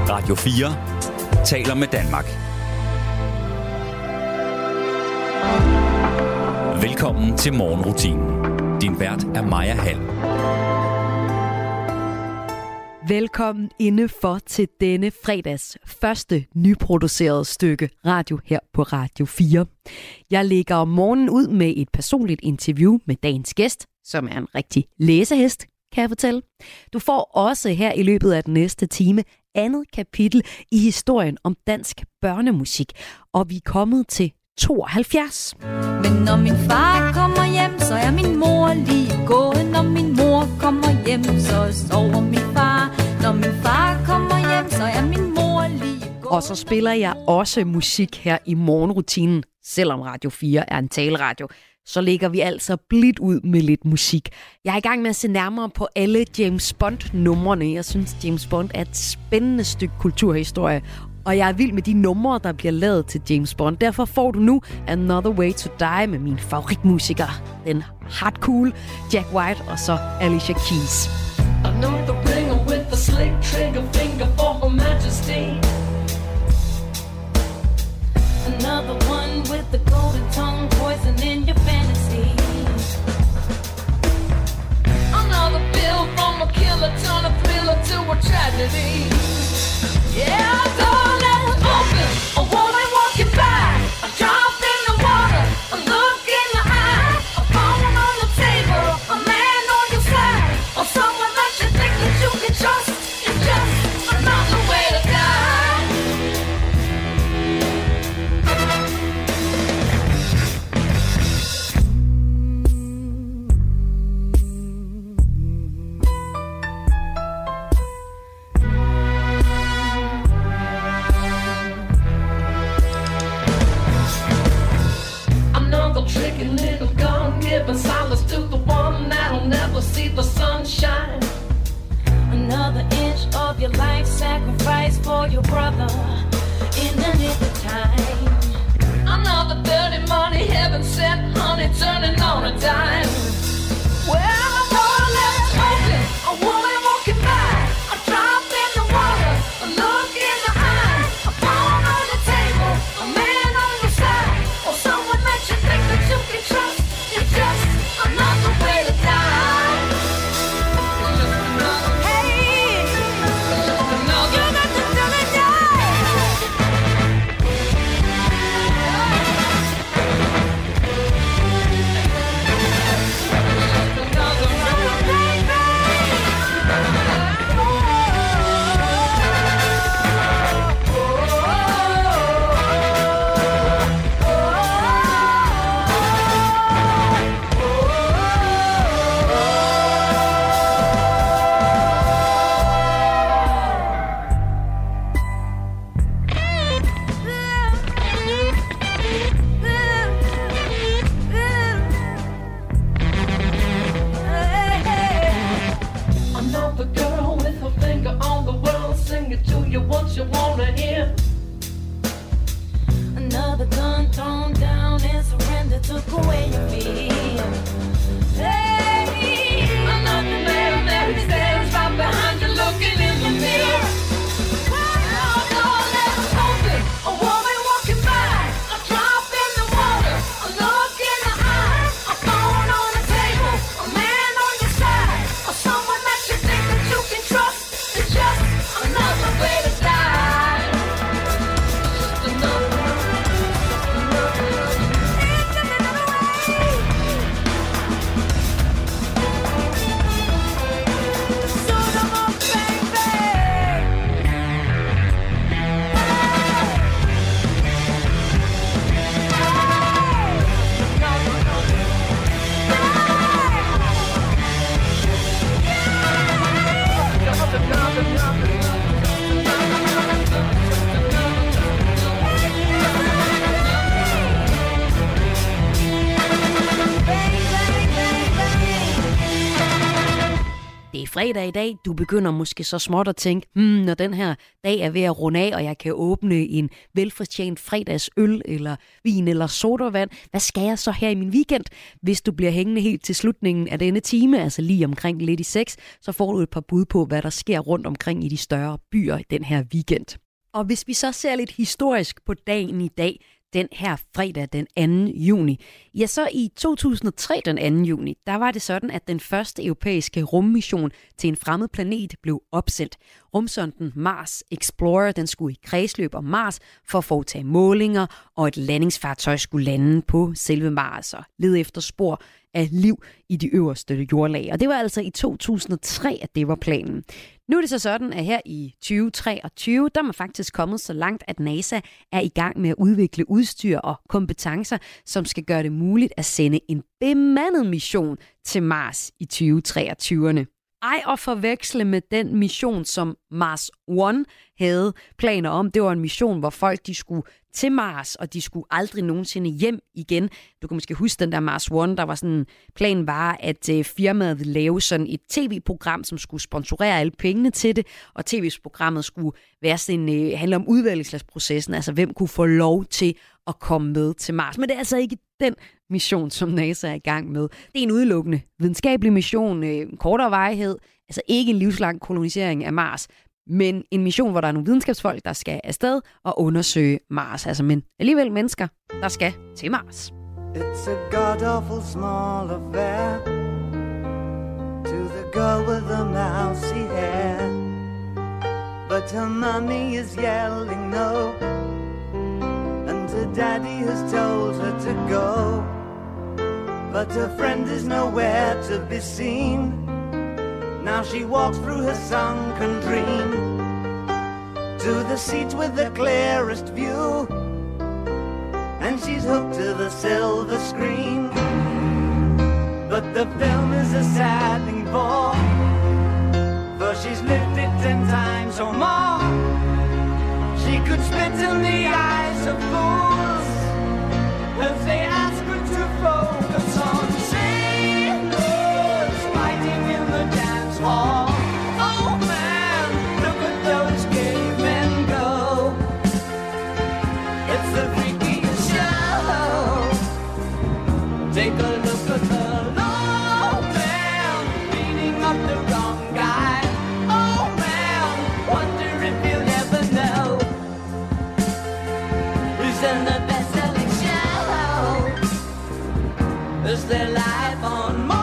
Radio 4 taler med Danmark. Velkommen til morgenrutinen. Din vært er Maja Hall. Velkommen indenfor til denne fredags første nyproducerede stykke radio her på Radio 4. Jeg lægger om morgenen ud med et personligt interview med dagens gæst, som er en rigtig læsehest, kan jeg fortælle. Du får også her i løbet af den næste time andet kapitel i historien om dansk børnemusik, og vi er kommet til 72. Men når min far kommer hjem, så er min mor lige gået. Når min mor kommer hjem, så sover min far. Når min far kommer hjem, så er min mor lige gået. Og så spiller jeg også musik her i morgenrutinen. Selvom Radio 4 er en taleradio, så lægger vi altså blidt ud med lidt musik. Jeg er i gang med at se nærmere på alle James Bond-numrene. Jeg synes, James Bond er et spændende stykke kulturhistorie. Og jeg er vild med de numre, der bliver lavet til James Bond. Derfor får du nu Another Way to Die med min favoritmusiker, den hardcool Jack White og så Alicia Keys. Another ringer with a slick trigger finger for Her Majesty. Another one with the golden tongue poison in your fantasy. Another bill from a killer, turn a thriller to a tragedy. Yeah, door left open, a woman walking by, a drop in the water, a look in the eye, a phone on the table, a man on your side, or someone that you think that you can trust. It's just another way to die. Tricky little gun giving solace to the one that'll never see the sunshine. Another inch of your life sacrifice for your brother in the nick of time. Another dirty money heaven sent honey turning on a dime. Well, the door left open, a woman walking by, a drop in the water, a look in the eye, a phone on the table, a man on your side, or someone that you think that you can trust. It's just another way to die. It's just another. Hey, it's just another. You got to do it, die. Another girl with her finger on the world, sing it to you once you wanna hear. Another gun thrown down and surrender took away your fear. Hey, Another man there he stands right behind you looking in the mirror. Now the door left open, a woman walking by, a drop in the water, a look in the eye, a phone on the table, a man on your side, or someone that you think that you can trust. It's just another way to die. It's just another. It's another way. fredag i dag. Du begynder måske så småt at tænke, når den her dag er ved at runde af, og jeg kan åbne en velfortjent fredagsøl, eller vin, eller sodavand. Hvad skal jeg så her i min weekend? Hvis du bliver hængende helt til slutningen af denne time, altså lige omkring lidt i 6, så får du et par bud på, hvad der sker rundt omkring i de større byer den her weekend. Og hvis vi så ser lidt historisk på dagen i dag, den her fredag den 2. juni. Ja, så i 2003 den 2. juni, der var det sådan, at den første europæiske rummission til en fremmed planet blev opsendt. Rumsonden Mars Explorer, den skulle i kredsløb om Mars for at foretage målinger, og et landingsfartøj skulle lande på selve Mars og lede efter spor af liv i de øverste jordlag. Og det var altså i 2003, at det var planen. Nu er det så sådan, at her i 2023, der er man faktisk kommet så langt, at NASA er i gang med at udvikle udstyr og kompetencer, som skal gøre det muligt at sende en bemandet mission til Mars i 2023'erne. Ej at forveksle med den mission, som Mars One havde planer om. Det var en mission, hvor folk de skulle til Mars, og de skulle aldrig nogensinde hjem igen. Du kan måske huske den der Mars One, der var sådan, planen var, at firmaet ville lave sådan et tv-program, som skulle sponsorere alle pengene til det, og tv-programmet skulle være sådan, handle om udvælgelsesprocessen, altså hvem kunne få lov til at komme med til Mars. Men det er altså ikke den mission, som NASA er i gang med. Det er en udelukkende videnskabelig mission, kortere varighed, altså ikke en livslang kolonisering af Mars, men en mission, hvor der er nogle videnskabsfolk, der skal afsted og undersøge Mars. Altså, men alligevel mennesker, der skal til Mars. It's a god-awful small affair to the girl with the mousy hair, but her mommy is yelling no, and her daddy has told her to go, but her friend is nowhere to be seen. Now she walks through her sunken dream to the seat with the clearest view, and she's hooked to the silver screen. But the film is a sad thing for she's lived it 10 times or more. She could spit in the eyes of fools as they ask her to focus on sailors fighting in the dance hall. Oh man, look at those cavemen go. It's the freakiest show. Take a look at the low man beating up the wrong guy. Oh man, wonder if you'll ever know who's in the best-selling show. Is there life on Mars?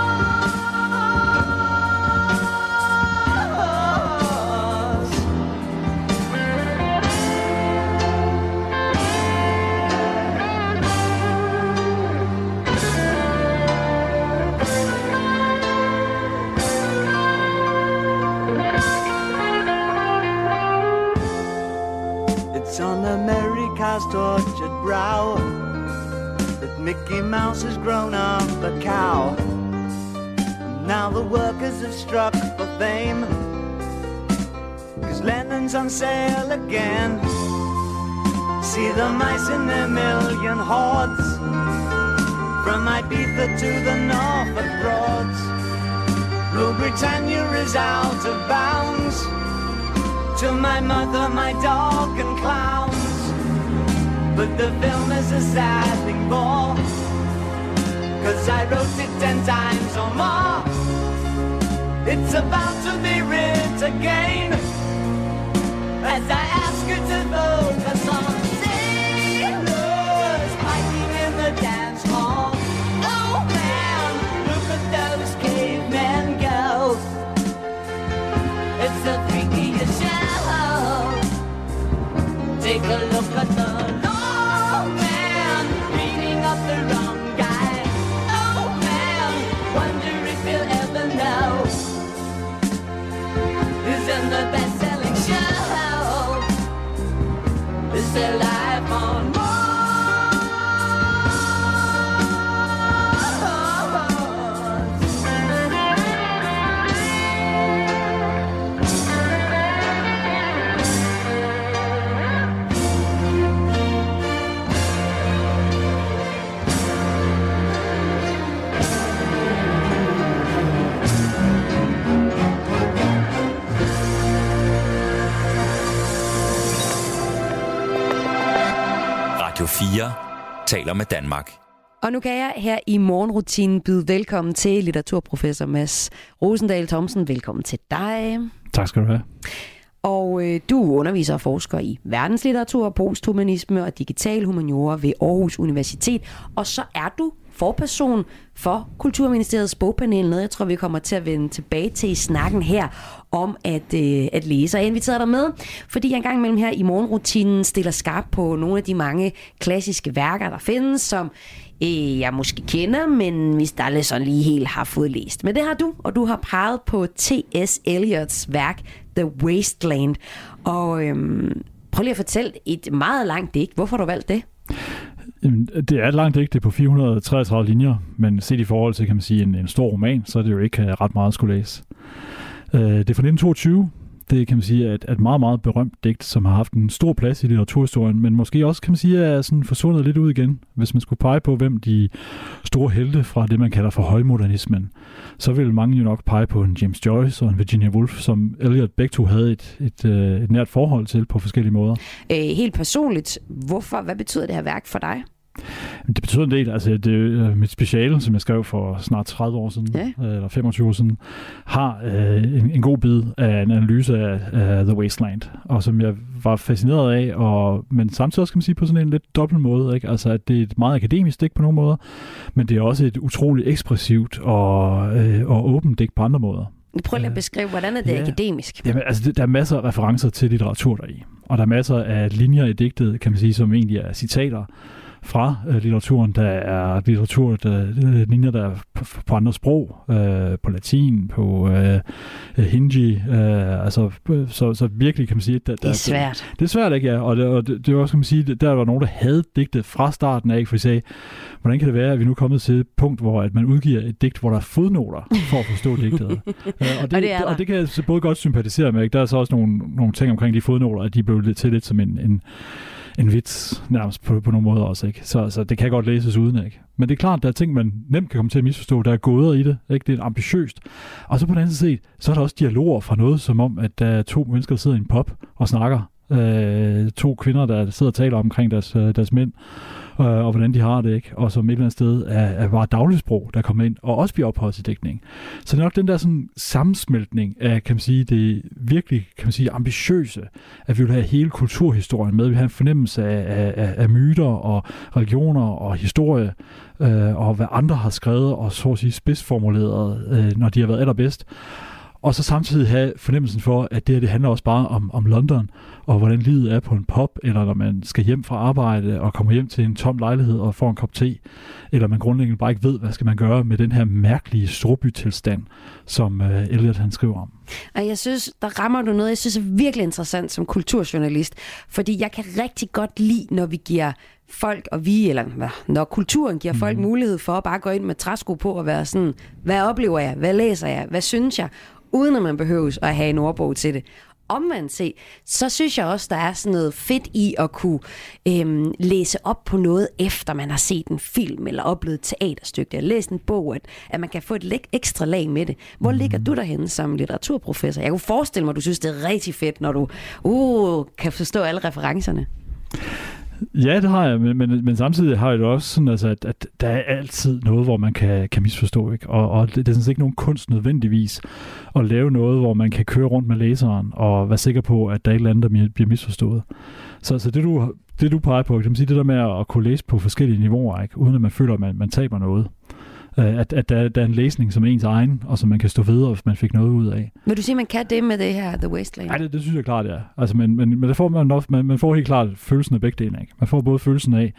It's on America's tortured brow that Mickey Mouse has grown up a cow. And now the workers have struck for fame, 'cause Lennon's on sale again. See the mice in their million hordes, from Ibiza to the Norfolk Broads. Rule Britannia is out of bounds, to my mother, my dog and clowns. But the film is a sad thing more, 'cause I wrote it 10 times or more. It's about to be writ again, as I ask you to focus on sailors fighting in the dance hall. Oh man, look at those cavemen go. It's the freakiest show. Take a look at the low man beating up the wrong guy. Oh man, wonder if you'll ever know who's in the best-selling show. Is there life on Mars? Radio 4 taler med Danmark. Og nu kan jeg her i morgenrutinen byde velkommen til litteraturprofessor Mads Rosendahl Thomsen. Velkommen til dig. Tak skal du have. Og du underviser og forsker i verdenslitteratur, posthumanisme og digital humaniora ved Aarhus Universitet. Og så er du forperson for Kulturministeriets bogpanel, noget jeg tror, vi kommer til at vende tilbage til i snakken her om at læse. Og jeg inviterer dig med, fordi jeg engang imellem her i morgenrutinen stiller skarp på nogle af de mange klassiske værker, der findes, som jeg måske kender, men hvis der aldrig sådan lige helt har fået læst. Men det har du, og du har peget på T.S. Eliots værk The Wasteland. Og prøv lige at fortælle et meget langt digt. Hvorfor har du valgt det? Det er et langt digt, det er på 433 linjer, men set i forhold til, kan man sige, en stor roman, så er det jo ikke ret meget at skulle læse. Det er fra 1922. Det kan man sige er et meget, meget berømt digt, som har haft en stor plads i litteraturhistorien, men måske også, kan man sige, er sådan forsvundet lidt ud igen. Hvis man skulle pege på, hvem de store helte fra det, man kalder for højmodernismen, så vil mange jo nok pege på en James Joyce og en Virginia Woolf, som Eliot begge to havde et nært forhold til på forskellige måder. Helt personligt, hvad betyder det her værk for dig? Det betyder en del. Altså, det er mit speciale, som jeg skrev for snart 30 år siden, eller 25 år siden, har en god bid af en analyse af The Wasteland, og som jeg var fascineret af, men samtidig også, kan man sige, på sådan en lidt dobbelt måde. Ikke? Altså, at det er et meget akademisk digt på nogle måder, men det er også et utroligt ekspressivt og åbent digt på andre måder. Prøv lige at beskrive, hvordan er det akademisk? Jamen, altså, der er masser af referencer til litteratur deri, og der er masser af linjer i digtet, kan man sige, som egentlig er citater fra litteraturen. Der er linjer, der er på andre sprog, på latin, på hindi, så virkelig kan man sige, at det er svært. Det er svært, ikke? Ja, og det er også, kan man sige, der var nogen, der havde digtet fra starten af, for de sagde, hvordan kan det være, at vi nu er kommet til et punkt, hvor at man udgiver et digt, hvor der er fodnoter for at forstå digtet. og det kan jeg både godt sympatisere med, ikke? Der er så også nogle ting omkring de fodnoter, at de blev til lidt som en vits nærmest på nogle måder også, ikke? Så det kan godt læses uden, ikke? Men det er klart, der er ting, man nemt kan komme til at misforstå. Der er gåder i det, ikke? Det er ambitiøst. Og så på den anden side, så er der også dialoger fra noget, som om, at der er to mennesker, der sidder i en pub og snakker. To kvinder, der sidder og taler omkring deres mænd, og hvordan de har det, ikke? Og som et eller andet sted er bare dagligsprog, der kommer ind, og også bliver ophøjet til dækning. Så det er nok den der sådan sammensmeltning af, kan man sige, det virkelig, kan man sige, ambitiøse, at vi vil have hele kulturhistorien med, vi vil have en fornemmelse af myter og religioner og historie, og hvad andre har skrevet og så at sige spidsformuleret, når de har været allerbedst. Og så samtidig have fornemmelsen for, at det handler også bare om London, og hvordan livet er på en pub, eller når man skal hjem fra arbejde og kommer hjem til en tom lejlighed og får en kop te, eller man grundlæggende bare ikke ved, hvad skal man gøre med den her mærkelige storbytilstand, som Eliot han skriver om. Og jeg synes, der rammer du noget, jeg synes er virkelig interessant som kulturjournalist, fordi jeg kan rigtig godt lide, når vi giver folk, og når kulturen giver folk mulighed for at bare gå ind med træsko på og være sådan, hvad oplever jeg, hvad læser jeg, hvad synes jeg, uden at man behøves at have en ordbog til det. Omvendt set, så synes jeg også, der er sådan noget fedt i at kunne læse op på noget, efter man har set en film eller oplevet et teaterstykke, eller læst en bog, at man kan få et ekstra lag med det. Hvor ligger du derhenne som litteraturprofessor? Jeg kunne forestille mig, at du synes, det er rigtig fedt, når du kan forstå alle referencerne. Ja, det har jeg, men samtidig har jeg det også sådan, altså, at der er altid noget, hvor man kan misforstå, ikke? Og det er sådan set ikke nogen kunst nødvendigvis at lave noget, hvor man kan køre rundt med læseren og være sikker på, at der er et eller andet, der bliver misforstået. Så det du peger på, kan man sige, det der med at kunne læse på forskellige niveauer, ikke? Uden at man føler, at man taber noget. At der er en læsning som ens egen, og som man kan stå ved, hvis man fik noget ud af. Vil du sige, man kan det med det her The Wasteland? Nej, det synes jeg klart, ja. Altså, men der får man får helt klart følelsen af begge dele, ikke? Man får både følelsen af,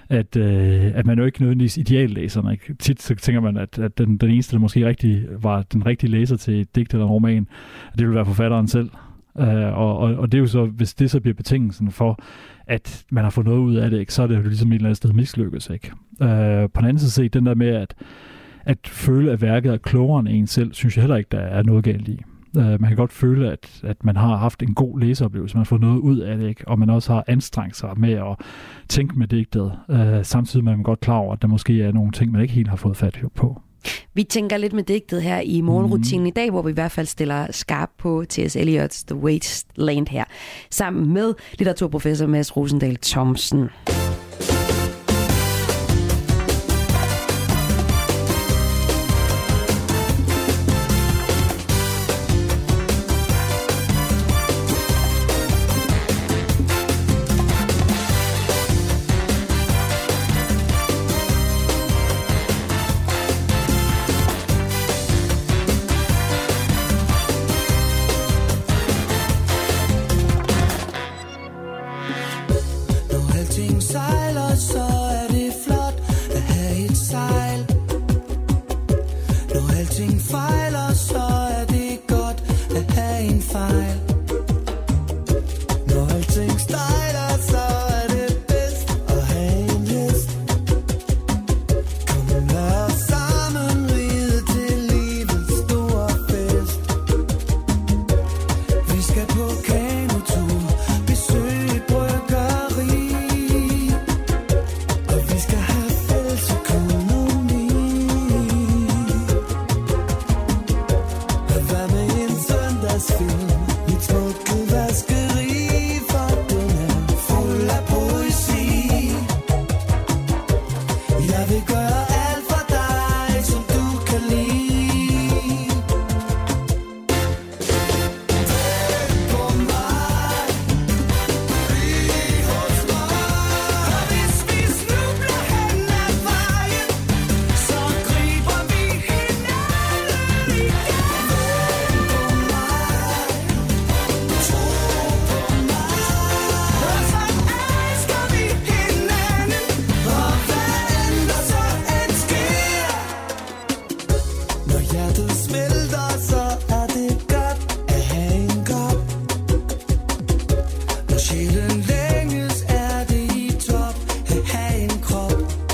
at man jo ikke nødvendigvis ideallæser, ikke? Tit så tænker man, at den eneste, der måske rigtig var den rigtige læser til et digt eller en roman, det vil være forfatteren selv. Og det er jo så, hvis det så bliver betingelsen for, at man har fået noget ud af det, ikke, så er det jo ligesom et eller andet sted mislykkes, ikke? På den anden side set, den der med at føle, at værket er klogere end en selv, synes jeg heller ikke, der er noget galt i. Man kan godt føle, at man har haft en god læseoplevelse, man har fået noget ud af det, ikke? Og man også har anstrengt sig med at tænke med digtet, samtidig med at man godt klar over, at der måske er nogle ting, man ikke helt har fået fat på. Vi tænker lidt med digtet her i morgenrutinen i dag, hvor vi i hvert fald stiller skarp på T.S. Eliots The Wasteland her, sammen med litteraturprofessor Mads Rosendahl Thomsen. fejl. Når alting stejler, så er det bedst at have en hest. Kom lad os sammen ride til livets store fest. Vi skal på kanotur, besøge et bryggeri, og vi skal have fælles økonomi. Og hvad med en søndagsfilm i et smukt vaskeri, for den er fuld af poesi. Jeg vil gøre alt for dig, som du kan lide. Vent på mig, bliv hos mig. Og hvis vi snubler hen ad vejen, så griber vi hinanden igen. Vent på mig, tro på mig. Og så elsker vi hinanden, og hvad end der så end sker. Når hjertet smelter, så er det godt at have en kop. Når sjælen længes, er det i top at have en krop.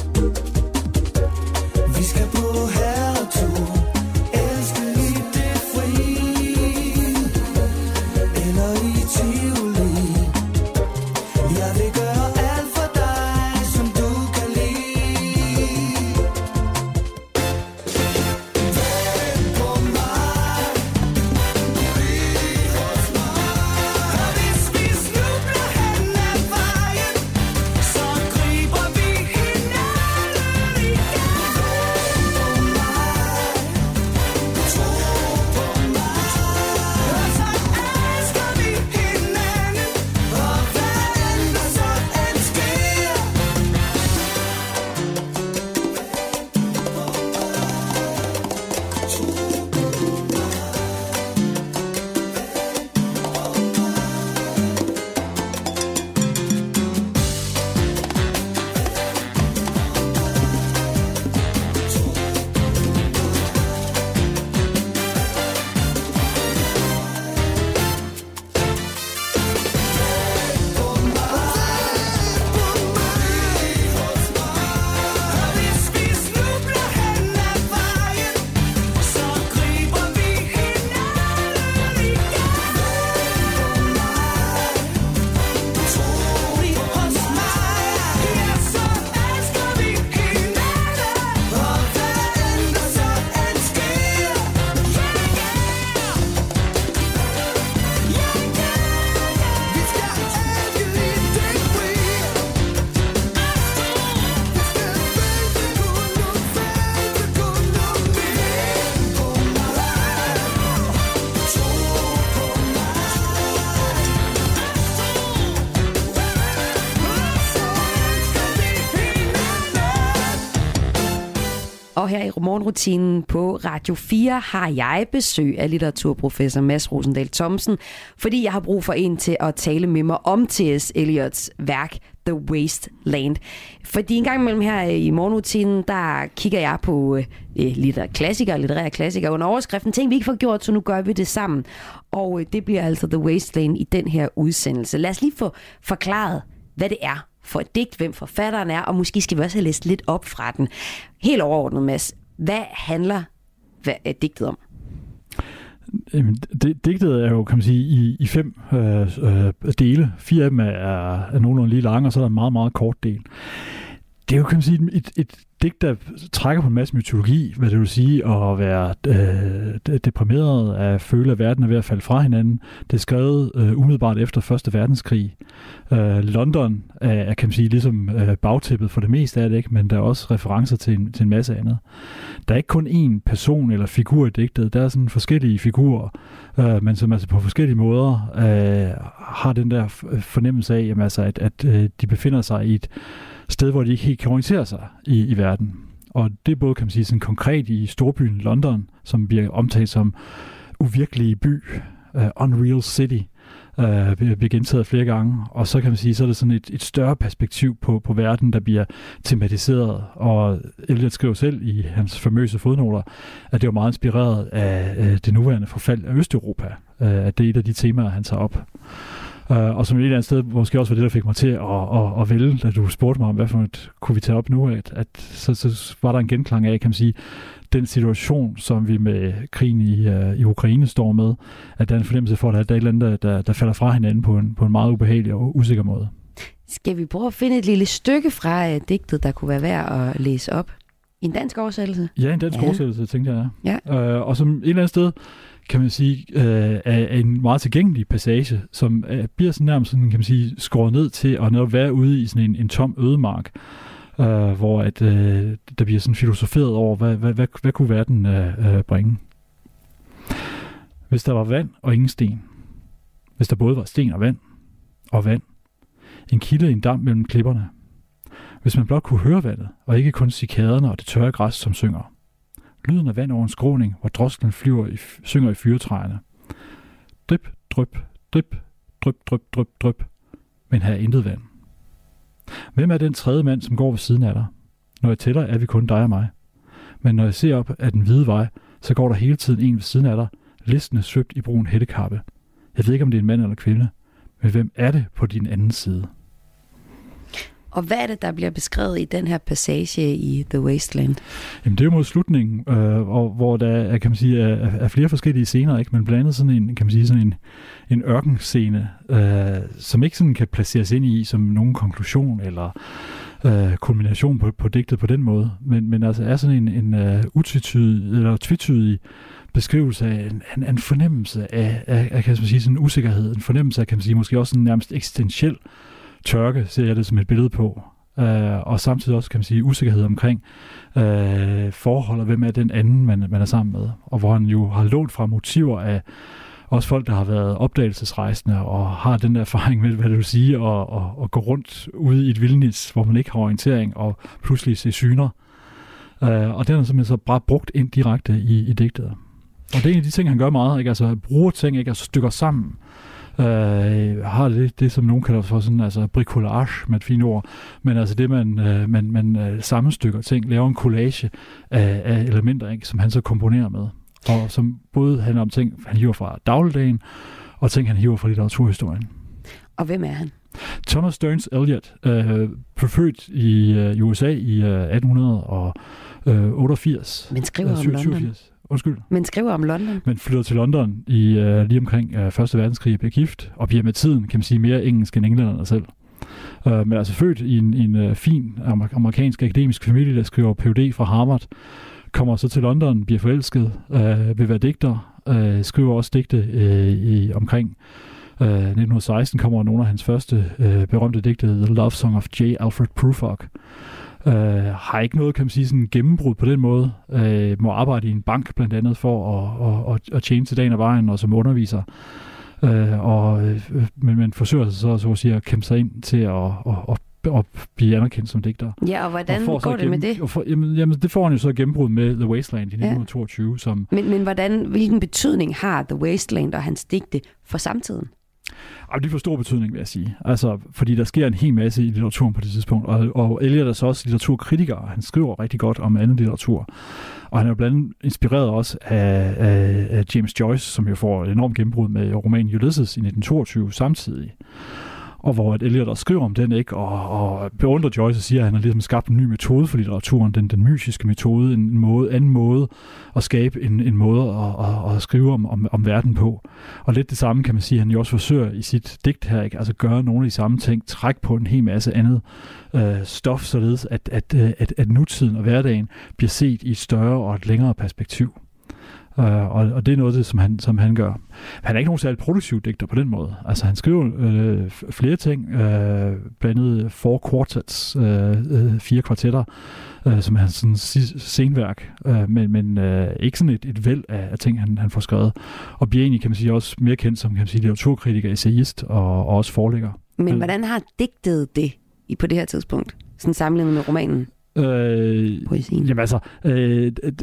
Vi skal på herretur, elske i det fri, eller i Tivoli. Jeg vil gøre alt for dig, som du kan lide. Vent på mig, bliv hos mig. Og hvis vi snubler hen ad vejen, så griber vi hinanden igen. Vent på mig, tro på mig. Og så elsker vi hinanden, og hvad end der så end sker. Og hvis vi snubler hen ad vejen, så griber vi hinanden igen. Tro hos mig, ja, så elsker vi hinanden, og hvad end der så end sker. Vi skal elske i det fri. Og her i morgenrutinen på Radio 4 har jeg besøg af litteraturprofessor Mads Rosendahl Thomsen, fordi jeg har brug for en til at tale med mig om T.S. Eliots værk The Wasteland. Fordi en gang imellem her i morgenrutinen, der kigger jeg på litterære klassikere under overskriften ting, vi ikke får gjort, så nu gør vi det sammen. Og det bliver altså The Wasteland i den her udsendelse. Lad os lige få forklaret, hvad det er for et digt, hvem forfatteren er, og måske skal vi også have læst lidt op fra den. Helt overordnet, Mads. Hvad handler digtet om? Digtet er jo, kan man sige, i 5 dele. 4 af dem er nogenlunde lige lange, og så er der en meget, meget kort del. Det er jo, kan man sige, et digt, der trækker på en masse mytologi, hvad det vil sige at være deprimeret, at føle, at verden er ved at falde fra hinanden. Det er skrevet umiddelbart efter 1. verdenskrig. London er, kan man sige, ligesom bagtæppet for det meste af det, ikke? Men der er også referencer til en masse andet. Der er ikke kun én person eller figur i digtet. Der er sådan forskellige figurer, men som altså på forskellige måder har den der fornemmelse af, jamen, altså, at de befinder sig i et sted, hvor de ikke helt kan orientere sig i verden. Og det er både, kan man sige, sådan konkret i storbyen London, som bliver omtalt som uvirkelige by, Unreal City, bliver gentaget flere gange, og så kan man sige, så er det sådan et større perspektiv på verden, der bliver tematiseret, og Eliot skriver selv i hans famøse fodnoter, at det var meget inspireret af det nuværende forfald af Østeuropa, at det er et af de temaer, han tager op. Og som et eller andet sted, måske også var det, der fik mig til at vælge, da du spurgte mig om, hvad for et kunne vi tage op nu, at så var der en genklang af, kan man sige, den situation, som vi med krigen i Ukraine står med, at der er en fornemmelse for, at der er et eller andet, der falder fra hinanden på en meget ubehagelig og usikker måde. Skal vi prøve at finde et lille stykke fra digtet, der kunne være værd at læse op? I en dansk oversættelse? Ja, en dansk oversættelse, tænkte jeg. Ja. Og som et eller andet sted, kan man sige, er en meget tilgængelig passage, som bliver sådan nærmest sådan, kan man sige, skåret ned til at netop være ude i sådan en tom ødemark, hvor der bliver sådan filosoferet over, hvad kunne verden bringe. Hvis der var vand og ingen sten, hvis der både var sten og vand, en kilde i en dam mellem klipperne, hvis man blot kunne høre vandet, og ikke kun cikaderne og det tørre græs, som synger. Lyden af vand over en skråning, hvor droslen synger i fyretræerne. Drip, dryp, drip, dryp, dryp, dryp, dryp. Men her er intet vand. Hvem er den tredje mand, som går ved siden af dig? Når jeg tæller, er vi kun dig og mig. Men når jeg ser op ad den hvide vej, så går der hele tiden en ved siden af dig, listende svøbt i brun hættekappe. Jeg ved ikke, om det er en mand eller kvinde, men hvem er det på din anden side? Og hvad er det, der bliver beskrevet i den her passage i The Wasteland? Jamen, det er jo mod slutningen, og hvor der er, kan man sige, er flere forskellige scener, ikke? Men blandt andet sådan en, kan man sige, sådan en ørkenscene, som ikke sådan kan placeres ind i som nogen konklusion eller kulmination på digtet på den måde, men altså er sådan en utvetydig eller tvetydig beskrivelse af en fornemmelse af kan man sige, sådan en usikkerhed, en fornemmelse af, kan man sige, måske også en nærmest eksistentiel tørke, ser jeg det som et billede på. Og samtidig også, kan man sige, usikkerhed omkring forhold, og hvem er den anden, man er sammen med. Og hvor han jo har lånt fra motiver af også folk, der har været opdagelsesrejsende, og har den der erfaring med, hvad det vil sige, og gå rundt ude i et vildnis, hvor man ikke har orientering, og pludselig se syner. Og den er simpelthen så bare brugt ind direkte i digtet. Og det er en af de ting, han gør meget, ikke? Altså bruger ting, ikke? Altså stykker sammen. Har det som nogen kalder for sådan, altså bricolage med et fint ord, men altså det, man sammenstykker ting, laver en collage af elementer, ikke? Som han så komponerer med, og som både handler om ting, han hiver fra dagligdagen, og ting, han hiver fra litteraturhistorien. Og hvem er han? Thomas Stearns Eliot, født i USA i 1888. Men skriver om London. Undskyld. Men skriver om London. Men flytter til London lige omkring 1. verdenskrig, bliver gift, og bliver med tiden, kan man sige, mere engelsk end englænderne selv. Men altså født i en fin amerikansk akademisk familie, der skriver Ph.D. fra Harvard, kommer så til London, bliver forelsket, vil være digter, skriver også digte omkring 1916, kommer nogle af hans første berømte digte, The Love Song of J. Alfred Prufrock. Har ikke noget, kan man sige, sådan gennembrud på den måde. Må arbejde i en bank blandt andet for at tjene til dagen og vejen, og som underviser. Men man forsøger sig så at sige at kæmpe sig ind til at blive anerkendt som digter. Ja, og hvordan går det med det? Jamen, det får han jo så gennembrud med The Wasteland i 1922. Som Men hvilken betydning har The Wasteland og hans digte for samtiden? Det får stor betydning, vil jeg sige. Altså, fordi der sker en hel masse i litteraturen på det tidspunkt, og Eliot er så også litteraturkritiker. Han skriver rigtig godt om anden litteratur. Og han er jo blandt andet inspireret også af James Joyce, som jo får et enormt gennembrud med romanen Ulysses i 1922 samtidig. Og hvor Eliot også skriver om den, ikke? Og beundrer Joyce og siger, at han har ligesom skabt en ny metode for litteraturen, den mystiske metode, anden måde at skabe en måde at skrive om verden på. Og lidt det samme kan man sige, at han jo også forsøger i sit digt her, ikke? Altså gøre nogle af de samme ting, trække på en hel masse andet stof, således at nutiden og hverdagen bliver set i et større og et længere perspektiv. Og det er noget af det, som han gør. Han er ikke nogen særlig produktiv digter på den måde. Altså han skriver flere ting, blandt andet 4 quartets, 4 kvartetter, som er sådan scenværk, men ikke sådan et væld af ting, han får skrevet. Og bliver egentlig, kan man sige, også mere kendt som, kan man sige, litteraturkritiker, essayist og også forlægger. Men hvordan har digtet det på det her tidspunkt? Sådan sammenlignet med romanen? Poesien? Jamen altså,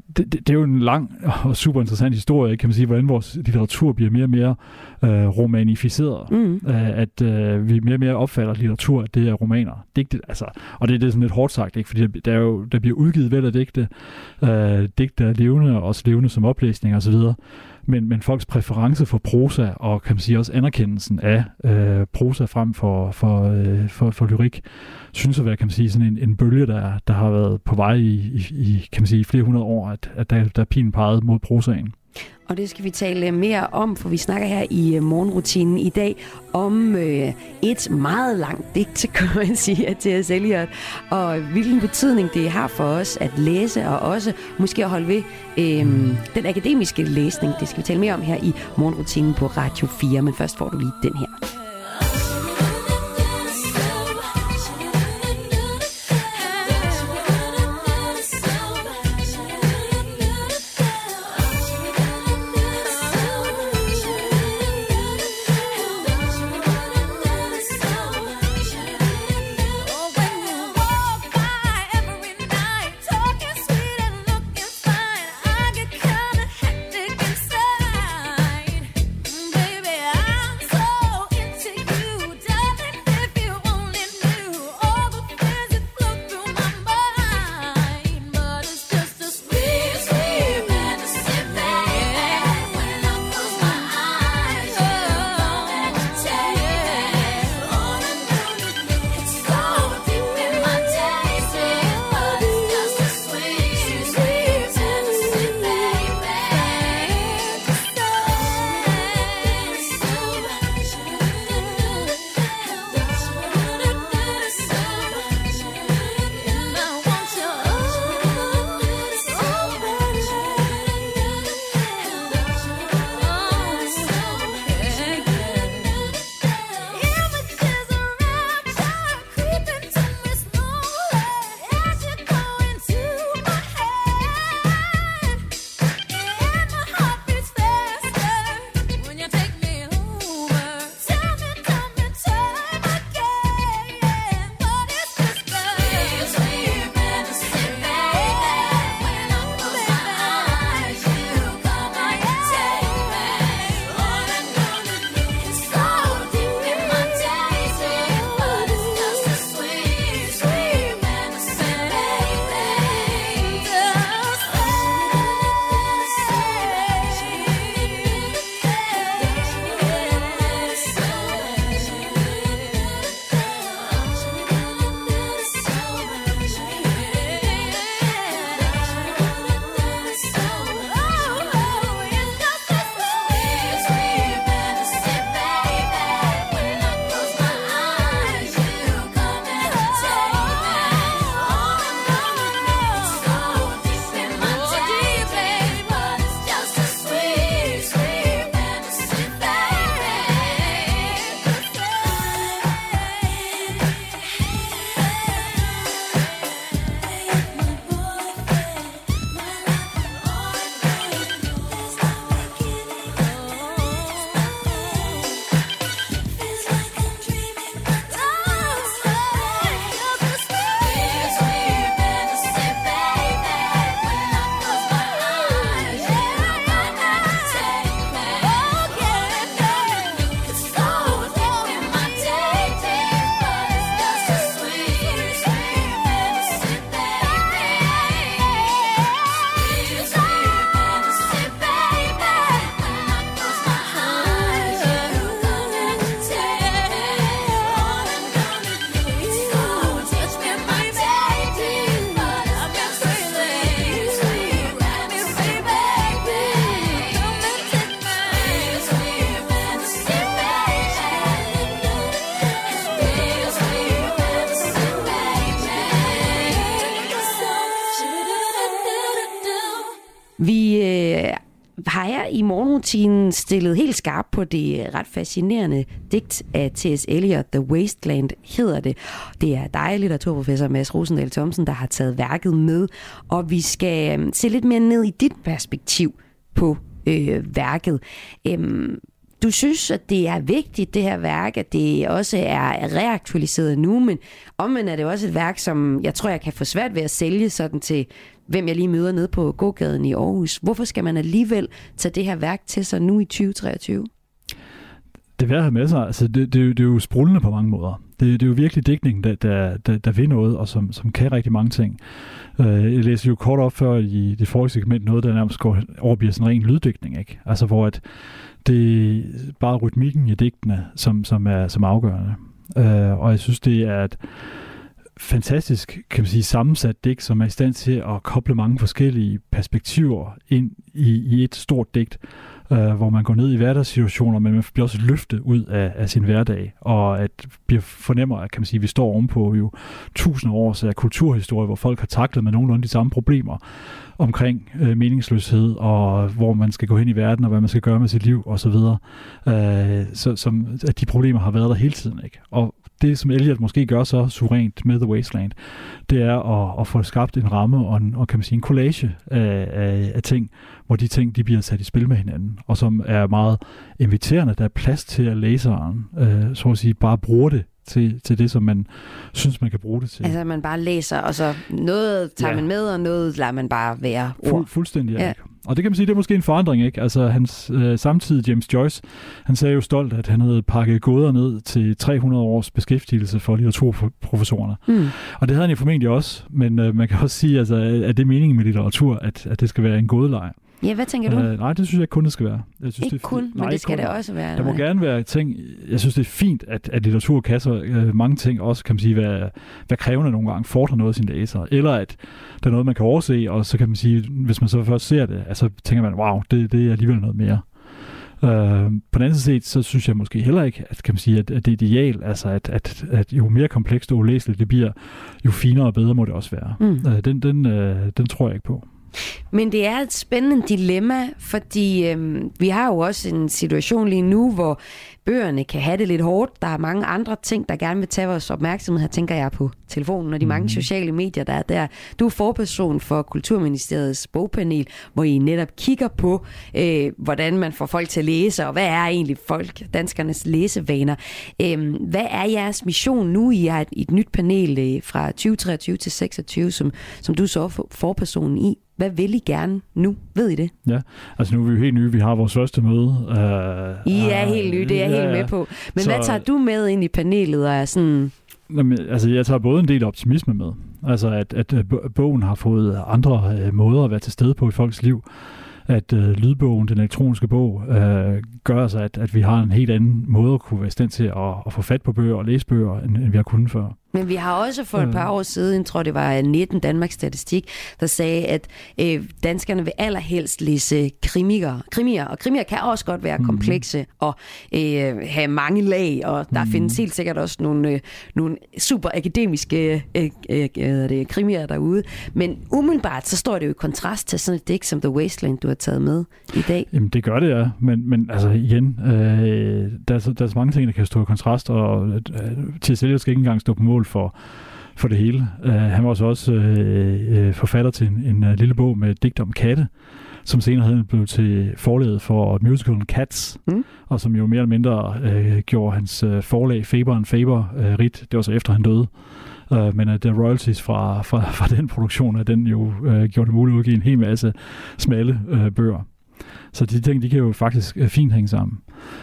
det er jo en lang og super interessant historie, kan man sige, hvordan vores litteratur bliver mere og mere romanificeret. At vi mere og mere opfatter litteratur, at det er romaner. Digte, altså, og det er sådan lidt hårdt sagt, ikke? Fordi der bliver udgivet vel af digte. Digte er levende, og også levende som oplæsning og så videre. Men folks præference for prosa, og kan man sige også anerkendelsen af prosa frem for lyrik, synes at være, kan man sige, sådan en bølge, der har været på vej i kan man sige, flere hundrede år, at der er pilen peget mod prosaen. Og det skal vi tale mere om, for vi snakker her i morgenrutinen i dag om et meget langt digt, kan man sige, af T.S. Eliot, og hvilken betydning det har for os at læse, og også måske at holde ved den akademiske læsning. Det skal vi tale mere om her i morgenrutinen på Radio 4, men først får du lige den her. Vi har her i morgenrutinen stillet helt skarp på det ret fascinerende digt af T.S. Eliot, The Wasteland hedder det. Det er dig, litteraturprofessor Mads Rosendal Thomsen, der har taget værket med, og vi skal se lidt mere ned i dit perspektiv på værket. du synes, at det er vigtigt, det her værk, at det også er reaktualiseret nu, men omvendt er det også et værk, som jeg tror, jeg kan få svært ved at sælge sådan til, hvem jeg lige møder nede på gågaden i Aarhus. Hvorfor skal man alligevel tage det her værk til sig nu i 2023? Det værd at have med sig. Altså, det er jo sprudlende på mange måder. Det er jo virkelig digtning, der vil noget, og som kan rigtig mange ting. Jeg læste jo kort op før i det forrige segment noget, der nærmest går over bliver sådan en ren lyddigtning, ikke? Altså, hvor at det er bare rytmikken i digtene, som er afgørende. Og jeg synes, det er et fantastisk, kan man sige, sammensat digt, som er i stand til at koble mange forskellige perspektiver ind i et stort digt, hvor man går ned i hverdagssituationer, men man bliver også løftet ud af sin hverdag, og at fornemmer, at kan man sige, vi står ovenpå jo 1000 års af kulturhistorie, hvor folk har taklet med nogenlunde de samme problemer omkring meningsløshed, og hvor man skal gå hen i verden, og hvad man skal gøre med sit liv, osv. At de problemer har været der hele tiden, ikke? Og det, som Eliot måske gør så suverænt med The Wasteland, det er at få skabt en ramme og kan man sige, en collage af ting, hvor de ting, de bliver sat i spil med hinanden, og som er meget inviterende. Der er plads til, at læseren, så at sige, bare bruger det til det, som man synes, man kan bruge det til. Altså, man bare læser, og så noget tager man med, og noget lader man bare være ord. Fuldstændig, ja. Og det kan man sige, det er måske en forandring, ikke? Altså, hans samtidig James Joyce, han sagde jo stolt, at han havde pakket gåder ned til 300 års beskæftigelse for litteraturprofessorerne. Og det havde han jo formentlig også, men man kan også sige, altså, at det er meningen med litteratur, at det skal være en gådeleg. Ja, hvad tænker du? Nej, det synes jeg ikke kun, det skal være. Jeg synes, ikke kun, men det skal det også være. Der må gerne være ting. Jeg synes, det er fint, at litteratur kan så mange ting også, kan man sige, være krævende nogle gange, fordrer noget af sine læsere. Eller at der er noget, man kan overse, og så kan man sige, hvis man så først ser det, altså tænker man, wow, det er alligevel noget mere. På den anden side, så synes jeg måske heller ikke, at, kan man sige, at det er ideal, altså at jo mere komplekst og ulæseligt det bliver, jo finere og bedre må det også være. Den tror jeg ikke på. Men det er et spændende dilemma, fordi vi har jo også en situation lige nu, hvor bøgerne kan have det lidt hårdt. Der er mange andre ting, der gerne vil tage vores opmærksomhed. Her tænker jeg på telefonen og de mange sociale medier, der er der. Du er forperson for Kulturministeriets bogpanel, hvor I netop kigger på, hvordan man får folk til at læse, og hvad er egentlig danskernes læsevaner. Hvad er jeres mission nu? I har et nyt panel fra 2023 til 2026, som du så er forpersonen i. Hvad vil I gerne nu? Ved I det? Ja, altså nu er vi jo helt nye. Vi har vores første møde. I er helt nye, det er jeg helt med på. Men hvad tager du med ind i panelet og er sådan... Jamen, altså, jeg tager både en del optimisme med. Altså, at bogen har fået andre måder at være til stede på i folks liv. At lydbogen, den elektroniske bog, gør altså, at vi har en helt anden måde at kunne være i stand til at få fat på bøger og læse bøger, end vi har kunnet før. Men vi har også for et par år siden, jeg tror det var 19 Danmarks Statistik, der sagde, at danskerne vil allerhelst læse krimier. Og krimier kan også godt være komplekse og have mange lag, og der findes helt sikkert også nogle super akademiske krimier derude. Men umiddelbart, så står det jo i kontrast til sådan et digt som The Wasteland, du har taget med i dag. Jamen det gør det, ja. Men altså igen, der er så mange ting, der kan stå i kontrast, og T.S. Eliot skal ikke engang stå på mål for det hele. Han var også forfatter til en lille bog med digt om katte, som senere havde blevet til forlaget for musicalen Cats, og som jo mere eller mindre gjorde hans forlag Faber & Faber rigt. Det var så efter han døde. Men at royalties fra den produktion, at den jo gjorde det muligt at udgive en hel masse smalle bøger. Så de ting, de kan jo faktisk fint hænge sammen.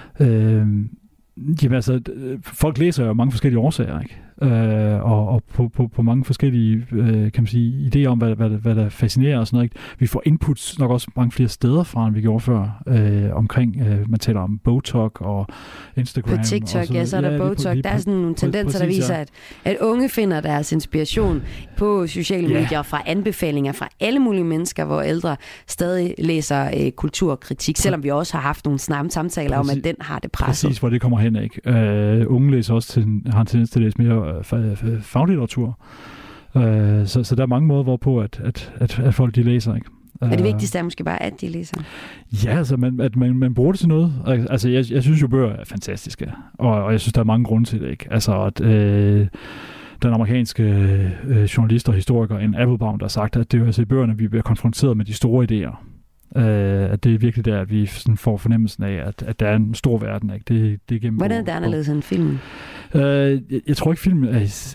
Jamen altså, folk læser jo mange forskellige årsager, ikke? Og på mange forskellige, kan man sige, idéer om, hvad der fascinerer og sådan noget, ikke? Vi får inputs nok også mange flere steder fra, end vi gjorde før, omkring, man taler om BoTok og Instagram. På TikTok, så er der BoTok. Der er sådan nogle tendenser, der viser, at unge finder deres inspiration på sociale medier fra anbefalinger fra alle mulige mennesker, hvor ældre stadig læser kulturkritik, selvom vi også har haft nogle samtaler om, at den har det presset. Præcis, hvor det kommer hen, ikke? Unge læser også har en tendens til at læse mere faglitteratur. Så der er mange måder, hvorpå at folk de læser, ikke? Og det vigtigste er måske bare, at de læser. Ja, altså, at man bruger det til noget. Altså, jeg synes jo, bøger er fantastiske, og jeg synes, der er mange grunde til det, ikke? Altså, at den amerikanske journalist og historiker, en Applebaum, der har sagt, at det er altså i bøgerne, vi bliver konfronteret med de store idéer. At det er virkelig der, at vi sådan får fornemmelsen af, at der er en stor verden. Ikke? Det er gennem Hvordan er det anderledes end filmen? Jeg tror ikke, filmen er...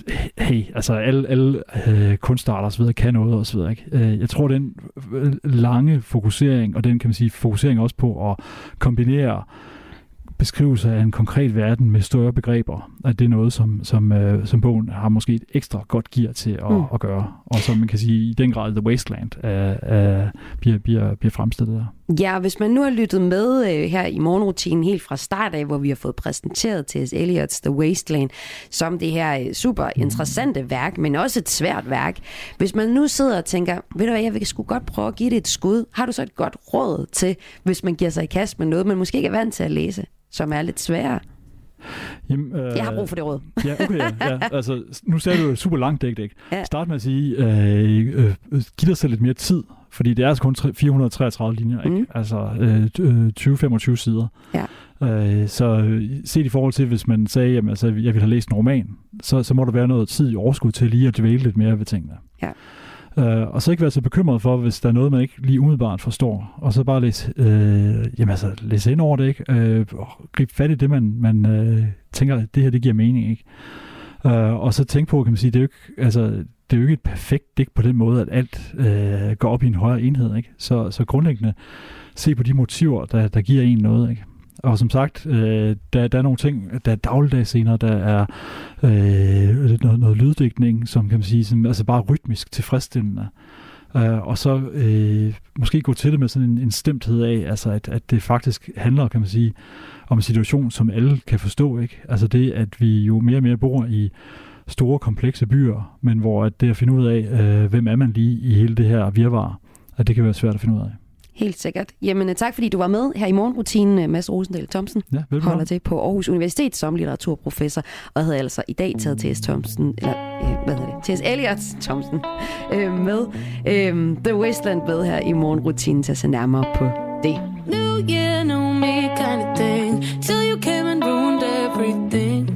alle kunstarter og så videre kan noget og så videre. Ikke? Jeg tror, den lange fokusering, og den kan man sige fokusering også på at kombinere beskrivelse af en konkret verden med større begreber, at det er noget, som bogen har måske et ekstra godt gear til at gøre. Og som man kan sige, i den grad The Wasteland bliver fremstillet der. Ja, hvis man nu har lyttet med her i morgenrutinen helt fra start af, hvor vi har fået præsenteret T.S. Eliot's The Wasteland som det her super interessante værk, men også et svært værk. Hvis man nu sidder og tænker, ved du hvad, jeg vil sgu godt prøve at give det et skud. Har du så et godt råd til, hvis man giver sig i kast med noget, man måske ikke er vant til at læse, som er lidt sværere? Jamen, jeg har brug for det råd. Ja, okay. Ja. Altså, nu sagde du et super langt digt, ikke? Ja. Start med at sige, giv dig selv lidt mere tid, fordi det er altså kun 433 linjer, ikke? Altså 20-25 sider. Ja. Så set i forhold til, hvis man sagde, jamen, altså, jeg vil have læst en roman, så må der være noget tid i overskud til lige at dvæle lidt mere ved tingene. Ja. Og så ikke være så bekymret for, hvis der er noget, man ikke lige umiddelbart forstår. Og så bare læse ind over det, ikke? Og gribe fat i det, man tænker, at det her, det giver mening, ikke? Og så tænke på, kan man sige, det er jo ikke et perfekt digt på den måde, at alt går op i en højere enhed, ikke? Så grundlæggende se på de motiver, der giver en noget, ikke? Og som sagt, der er nogle ting, der er dagligdagsscener, der er noget lyddigtning, som kan man sige, som, altså bare rytmisk tilfredsstillende. Og så måske gå til det med sådan en stemthed af, altså at det faktisk handler, kan man sige, om en situation, som alle kan forstå, ikke? Altså det, at vi jo mere og mere bor i store, komplekse byer, men hvor at det at finde ud af, hvem er man lige i hele det her virvar, at det kan være svært at finde ud af. Helt sikkert. Jamen tak, fordi du var med her i morgenrutinen, Mads Rosendal Thomsen. Ja, velkommen. Holder til på Aarhus Universitet som litteraturprofessor, og havde altså i dag taget T.S. Thomsen, eller T.S. Eliot Thomsen med The Wasteland med her i morgenrutinen til at se nærmere på det. New year, new me kind of thing, till you came and ruined everything.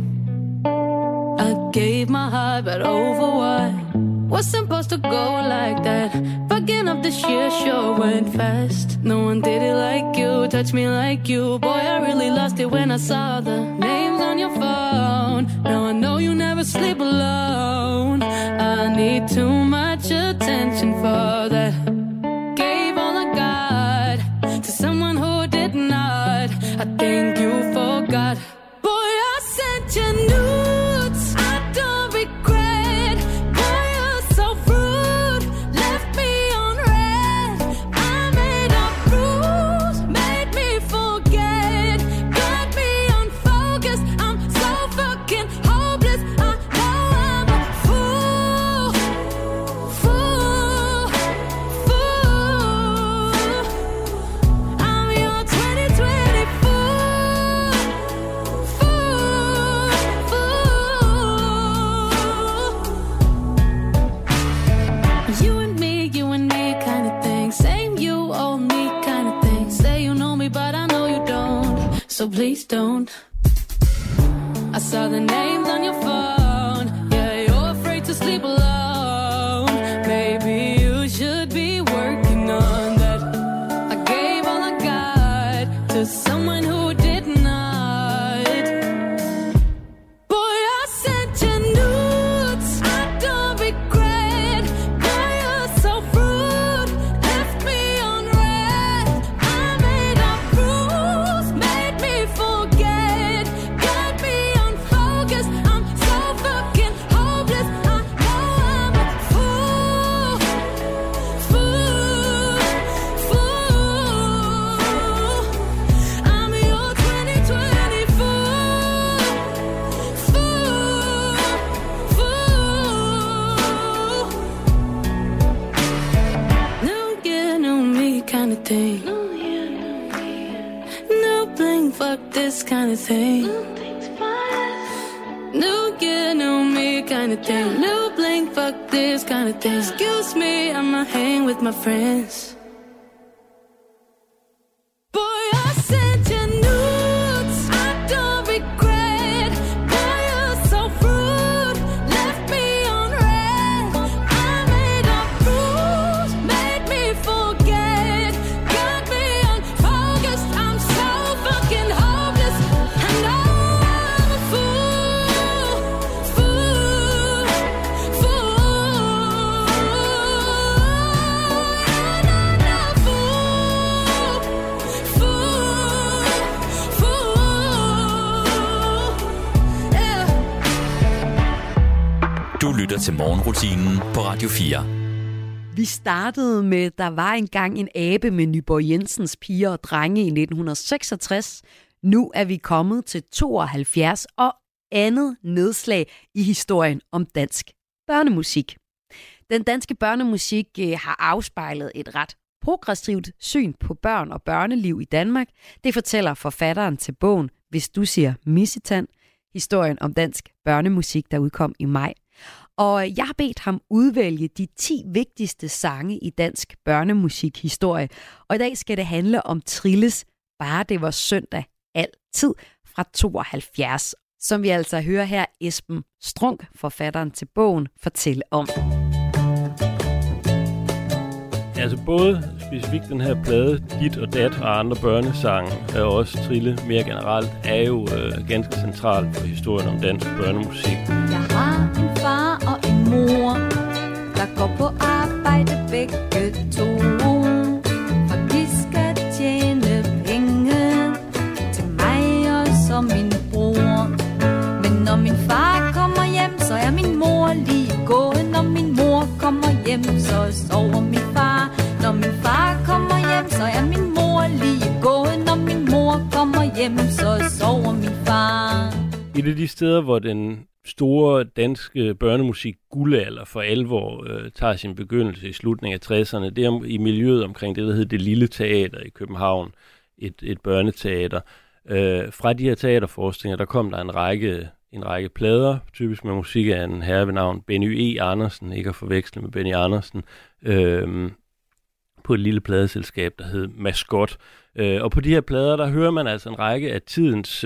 I gave my heart, but over what? Was supposed to go like that. Fucking up this year sure went fast. No one did it like you, touched me like you. Boy, I really lost it when I saw the names on your phone. Now I know you never sleep alone. I need too much attention for that. Gave all I got to someone who did not. I think you forgot. Boy, I sent you nudes. I don't regret. Boy, you're so rude. Left me on red. I made up rules, made me forget. Got me unfocused. I'm so fucking hopeless. I know I'm a fool. I'm your 2020 fool. You and me kind of thing. Same you, old me kind of thing. Say you know me, but I know you don't. So please don't. I saw the names on your phone. Yeah, you're afraid to sleep alone. Maybe you should be working on that. I gave all I got to someone who did not. Boy, I sent you nudes. I don't regret. Boy, you're so rude. Left me on red. I made up rules, made me forget. Got me unfocused. I'm so fucking hopeless. I know I'm a fool. I'm your 2020 fool. New year, new me kind of thing. New bling, fuck this kind of thing. New year, new me kind of thing. New bling, fuck this kind of thing. Excuse me, I'ma hang with my friends. Boy, I sent you nudes. I don't regret. Boy, you're so rude. Left me on red. I made up rules, made me forget. til morgenrutinen på Radio 4. Vi startede med, der var engang en abe med Nyborg Jensens piger og drenge i 1966. Nu er vi kommet til 72 og andet nedslag i historien om dansk børnemusik. Den danske børnemusik har afspejlet et ret progressivt syn på børn og børneliv i Danmark. Det fortæller forfatteren til bogen Hvis du siger Missetand, historien om dansk børnemusik, der udkom i maj. Og jeg har bedt ham udvælge de 10 vigtigste sange i dansk børnemusikhistorie. Og i dag skal det handle om Trilles Bare det var søndag altid fra 72, som vi altså hører her Esben Strunk, forfatteren til bogen, fortælle om. Altså både specifikt den her plade, Dit og Dat og andre børnesange, og også Trille mere generelt, er jo ganske centralt for historien om dansk børnemusik. Jeg har en far og en mor, der går på arbejde begge to. For de skal tjene penge til mig og så min bror. Men når min far kommer hjem, så er min mor lige gået. Når min mor kommer hjem, så sover min far. Når min far kommer hjem, så er min mor lige gået. Når min mor kommer hjem, så sover min far. Et af de steder, hvor den store danske børnemusik guldalder for alvor tager sin begyndelse i slutningen af 60'erne, det er i miljøet omkring det, der hedder Det Lille Teater i København, et børneteater. Fra de her teaterforestillinger, der kom der en række plader, typisk med musik af en herre ved navn Benny E. Andersen, ikke at forveksle med Benny Andersen, på et lille pladeselskab, der hed Mascot. Og på de her plader, der hører man altså en række af tidens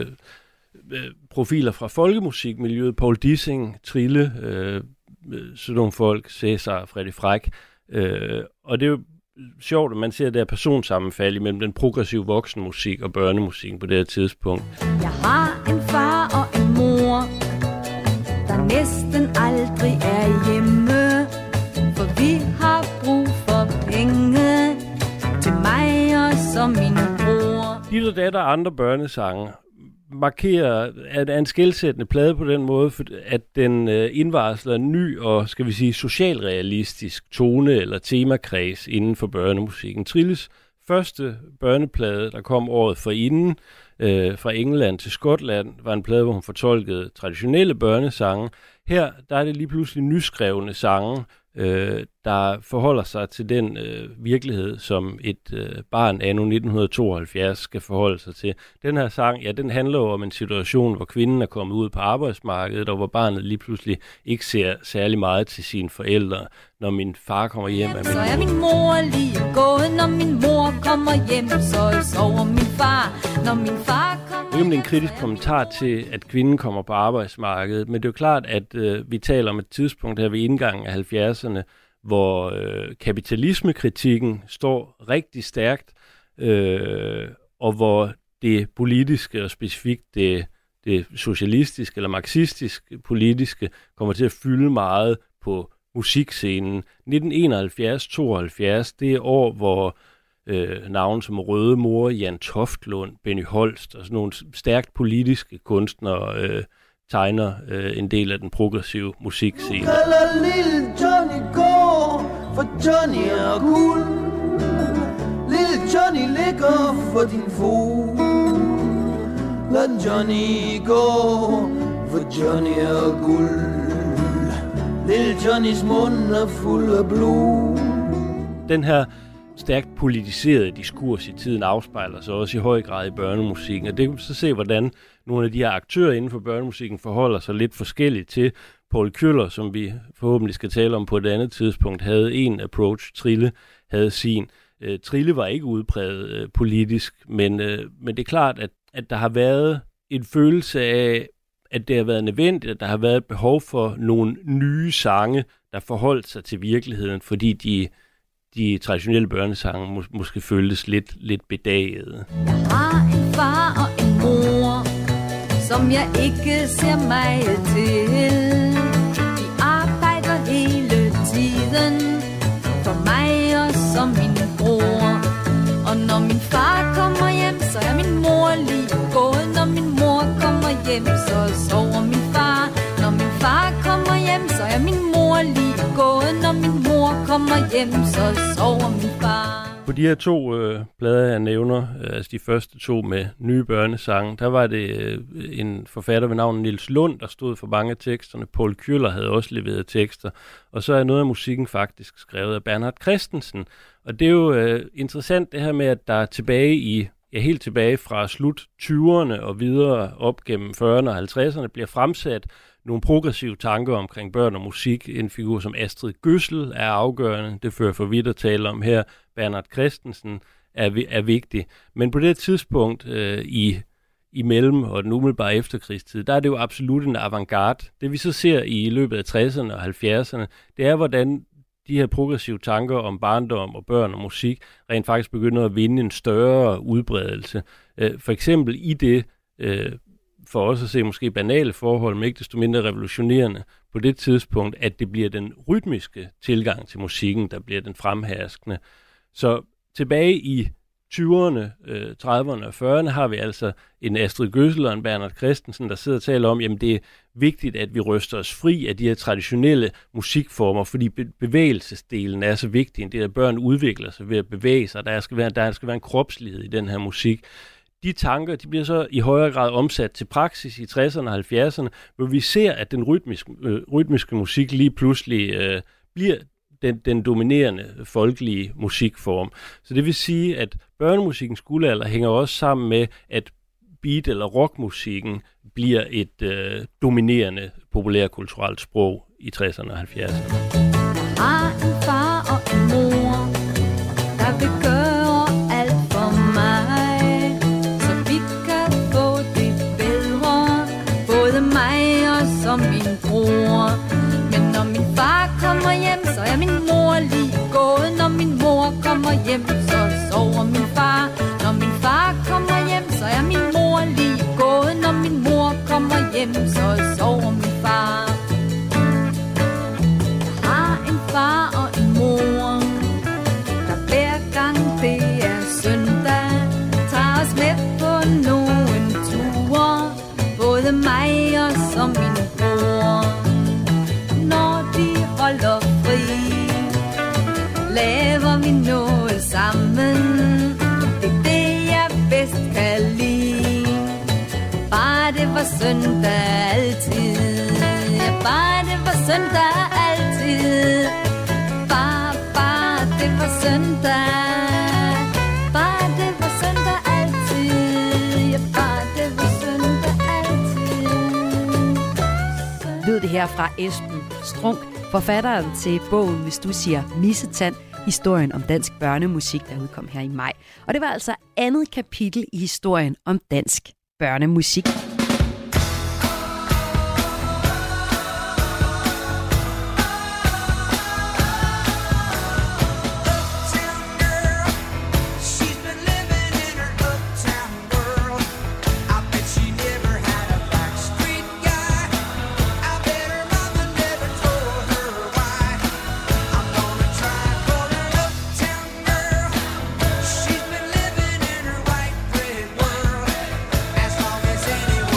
profiler fra folkemusikmiljøet. Paul Dissing, Trille, sådan nogle folk, Cæsar, Freddy Fræk. Og det er jo sjovt, at man ser der personsammenfald imellem den progressive voksenmusik og børnemusikken på det her tidspunkt. Jeg har en far og en mor, der næsten aldrig er hjemme, for vi har brug for penge til mig og så min bror. Dit og Dat og andre børnesange markerer, at er en skelsættende plade på den måde, at den indvarsler en ny og, skal vi sige, socialrealistisk tone eller temakreds inden for børnemusikken. Trilles første børneplade, der kom året forinden, fra England til Skotland, var en plade, hvor hun fortolkede traditionelle børnesange. Her der er det lige pludselig nyskrevne sange, der forholder sig til den virkelighed, som et barn anno 1972 skal forholde sig til. Den her sang, ja, den handler jo om en situation, hvor kvinden er kommet ud på arbejdsmarkedet, og hvor barnet lige pludselig ikke ser særlig meget til sine forældre. Når min far kommer hjem, så er min mor lige gået. Når min mor kommer hjem, så sover min far. Når min far kommer hjem, det er en kritisk kommentar til, at kvinden kommer på arbejdsmarkedet, men det er jo klart, at vi taler om et tidspunkt her ved indgangen af 70'erne, hvor kapitalismekritikken står rigtig stærkt, og hvor det politiske og specifikt det socialistiske eller marxistiske politiske kommer til at fylde meget på musikscenen. 1971-72, det er år, hvor navne som Røde Mor, Jan Toftlund, Benny Holst og sådan nogle stærkt politiske kunstnere tegner en del af den progressive musikscene. Kalder lille Johnny går, for Johnny er guld. Lille Johnny ligger for din fod. Lad Johnny gå, for Johnny er guld. Lille Johnnys mund er fuld af blod. Den her stærkt politiserede diskurs i tiden afspejler sig også i høj grad i børnemusikken, og det kan så se, hvordan nogle af de her aktører inden for børnemusikken forholder sig lidt forskelligt til. Paul Kjøller, som vi forhåbentlig skal tale om på et andet tidspunkt, havde en approach, Trille havde sin. Trille var ikke udpræget politisk, men det er klart, at der har været en følelse af, at det har været nødvendigt, at der har været et behov for nogle nye sange, der forholdt sig til virkeligheden, fordi de traditionelle børnesange måske føltes lidt bedagede. jeg har en far og en mor, som jeg ikke ser meget til. De arbejder hele tiden for mig og som min bror. Og når min far kommer hjem, så er min mor lige gået. Når min mor kommer hjem, så sover min far. Når min far kommer hjem, så er min kommer hjem, så sover min far. På de her to plader, jeg nævner, altså de første to med nye børnesange, der var det en forfatter ved navn Niels Lund, der stod for mange af teksterne. Poul Kjøller havde også leveret tekster. Og så er noget af musikken faktisk skrevet af Bernhard Christensen. Og det er jo interessant det her med, at der er helt tilbage fra slut 20'erne og videre op gennem 40'erne og 50'erne bliver fremsat nogle progressive tanker omkring børn og musik. En figur som Astrid Gøssel er afgørende. Det fører for vidt at tale om her. Bernhard Christensen er vigtig. Men på det tidspunkt i mellem- og den umiddelbare efterkrigstid, der er det jo absolut en avantgarde. Det vi så ser i løbet af 60'erne og 70'erne, det er, hvordan de her progressive tanker om barndom og børn og musik rent faktisk begynder at vinde en større udbredelse. For eksempel i det, for os at se måske banale forhold, men ikke desto mindre revolutionerende på det tidspunkt, at det bliver den rytmiske tilgang til musikken, der bliver den fremherskende. Så tilbage i 20'erne, 30'erne og 40'erne har vi altså en Astrid Gøssel og en Bernhard Christensen, der sidder og taler om, jamen det er vigtigt, at vi ryster os fri af de her traditionelle musikformer, fordi bevægelsesdelen er så vigtig. Det er, at børn udvikler sig ved at bevæge sig. Der skal være en kropslighed i den her musik. De tanker, de bliver så i højere grad omsat til praksis i 60'erne og 70'erne, hvor vi ser, at den rytmiske musik lige pludselig bliver den dominerende folkelige musikform. Så det vil sige, at børnemusikkens guldalder hænger også sammen med, at beat- eller rockmusikken bliver et dominerende populærkulturelt sprog i 60'erne og 70'erne. Har en far og en mor, der vil gøre alt for mig, så vi kan få det bedre, både mig og som min bror. Men når min far kommer hjem, så er min mor lige gået. Når min mor kommer hjem, så sover min far. Når min far kommer hjem, så er min mor lige gået. Når min mor kommer hjem, så sover min far. Jeg har en far og en mor, der hver gang det er søndag tager os med på nogle ture, både mig og som min bror. Når de holder fri, laver vi noget sammen. Det er det, jeg bedst kan lide. Bare det var søndag altid. Ja, bare det var søndag altid. Bare det var søndag. Bare det var søndag altid. Ja, bare det var søndag altid. Lød det her fra Esben Strunk, forfatteren til bogen Hvis du siger missetand, historien om dansk børnemusik, der udkom her i maj. Og det var altså andet kapitel i historien om dansk børnemusik. As long as anyone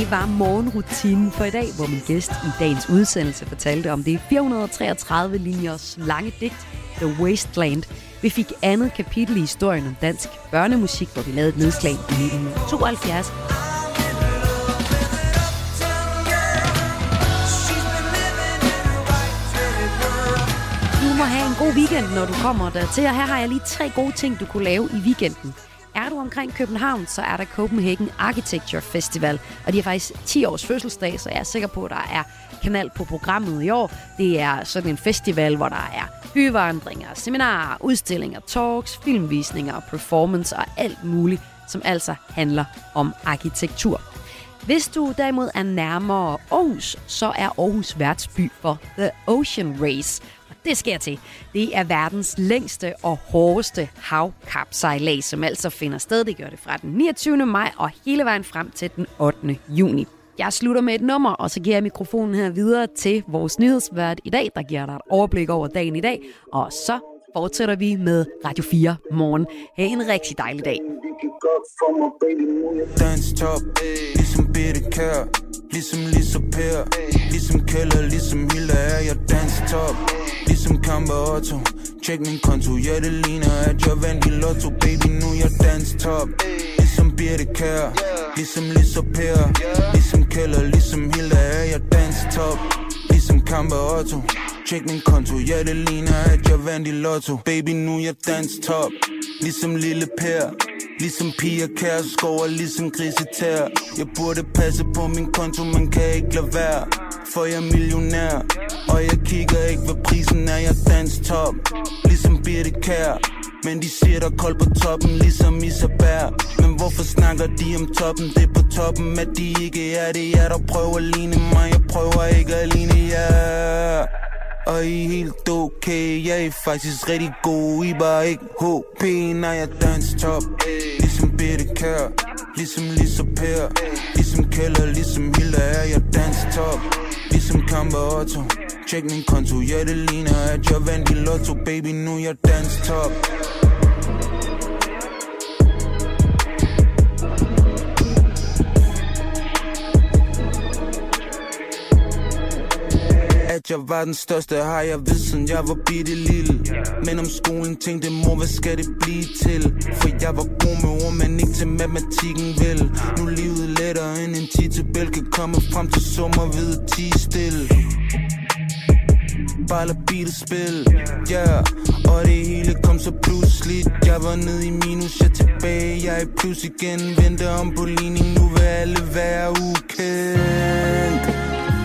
Det var morgenrutinen for i dag, hvor min gæst i dagens udsendelse fortalte om det 433 linjers lange digt, The Wasteland. Vi fik andet kapitel i historien om dansk børnemusik, hvor vi lavede et nedslag i 1972. Du må have en god weekend, når du kommer dertil, og her har jeg lige 3 gode ting, du kunne lave i weekenden. Er du omkring København, så er der Copenhagen Architecture Festival, og de har faktisk 10 års fødselsdag, så jeg er sikker på, at der er knald på programmet i år. Det er sådan en festival, hvor der er byvandringer, seminarer, udstillinger, talks, filmvisninger, performance og alt muligt, som altså handler om arkitektur. Hvis du derimod er nærmere Aarhus, så er Aarhus værtsby for The Ocean Race. Det sker til. Det er verdens længste og hårdeste havkapsejlads, som altså finder sted. Det gør det fra den 29. maj og hele vejen frem til den 8. juni. Jeg slutter med et nummer, og så giver jeg mikrofonen her videre til vores nyhedsvært i dag, der giver dig et overblik over dagen i dag. Og så fortsætter vi med Radio 4 morgen. Ha' en rigtig dejlig dag. Dance top, ligesom Birte Kjær, ligesom Lisa Per, ligesom Keller, ligesom Hilda er jeg dance top, ligesom Kamper Otto. Check min konto, ja det ligner at jeg vandt i lotto, baby nu jeg dance top. Ligesom Birte Kjær, ligesom Lisa Per, ligesom Keller, ligesom Hilda er jeg dance top, ligesom Kamper Otto. Check min konto, ja det ligner at jeg vandt i lotto, baby nu jeg dance top. Ligesom Lille Per, ligesom Pia Kjærsgaard og ligesom Grisetær. Jeg burde passe på min konto, man kan ikke lade være, for jeg er millionær. Og jeg kigger ikke, hvad prisen er, jeg dance top. Ligesom Birte Kjær, men de siger der kold på toppen, ligesom Isabær. Men hvorfor snakker de om toppen? Det er på toppen, at de ikke er det. Jeg der prøver at ligne mig, jeg prøver ikke at ligne jer. Og I er helt okay, jeg er faktisk rigtig god, I er bare ikke HP, når jeg dance top. Ligesom Birte Kjær, ligesom Lisa Per, ligesom Keller, ligesom Hilda er jeg dance top. Ligesom Kamper Otto, check min konto, ja det ligner at jeg vandt i lotto, baby nu jeg dance top. At jeg var den største har jeg vidst, siden jeg var bitte lille. Men om skolen tænkte mor, hvad skal det blive til? For jeg var god med ord, men ikke til matematikken vel. Nu er livet lettere end en 10-tabel kan komme frem til summer ved 10 stille. Bare lad beatet spil, ja, og det hele kom så pludseligt. Jeg var nede i minus, jeg tilbage, jeg er i plus igen. Venter om på ligning, nu vil alle være ukendt.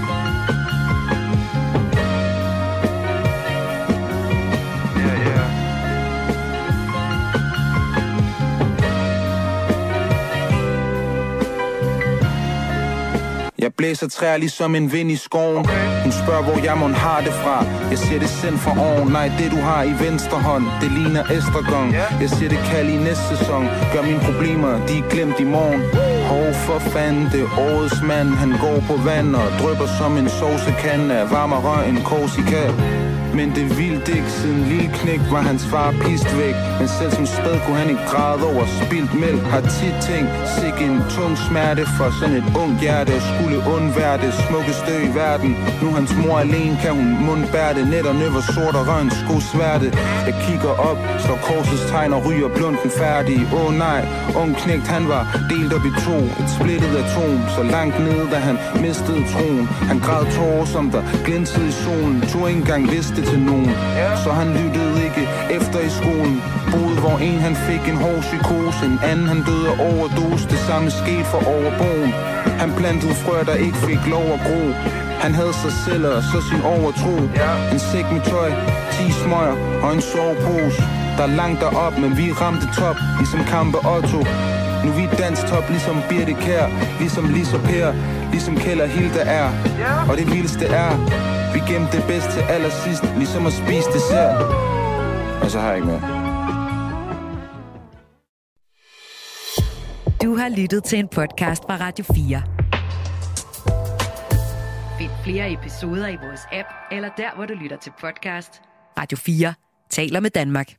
Jeg blæser træer ligesom en vind i skoven. Hun spørger, hvor jeg mon har det fra. Jeg siger det sendt fra oven. Nej, det du har i venstre hånd, det ligner estragon. Jeg siger det kald i næste sæson. Gør mine problemer, de er glemt i morgen. Hov for fanden, det er årets mand. Han går på vand og drypper som en saucekan af varmere end Korsika. Men det vildt ikke, siden lille knæk var hans far pist væk. Men selv som spæd kunne han ikke græde over spildt mælk. Har tit tænkt, sikke en tung smerte for sådan et ung hjerte. Og skulle undvære det smukkeste i verden. Nu hans mor alene, kan hun mundbære det. Netterne var sort og røn skosværte. Jeg kigger op, slår korsets tegn og ryger blunden færdig. Åh nej, ung knægt han var delt op i to. Et splittet atom, så langt nede da han mistede troen. Han græd tårer som der glinsede i solen. Tog ikke engang vidste til nogen, så han lyttede ikke efter i skolen. Boede hvor en han fik en hård psykose, en anden han døde af overdose. Det samme skete for overboen. Han plantede frøer der ikke fik lov at gro. Han havde sig selv og så sin overtro. En sæk med tøj, 10 smøger og en sovepose. Der er langt derop, men vi ramte top, ligesom Kamper Otto. Nu vi dans top, ligesom Birte Kjær, ligesom Lisa Per, ligesom Keller Hilda er. Og det vildeste er, vi gemte det bedst til allersidst, ligesom at spise dessert. Og så har jeg ikke mere. Du har lyttet til en podcast fra Radio 4. Find flere episoder i vores app, eller der, hvor du lytter til podcast. Radio 4 taler med Danmark.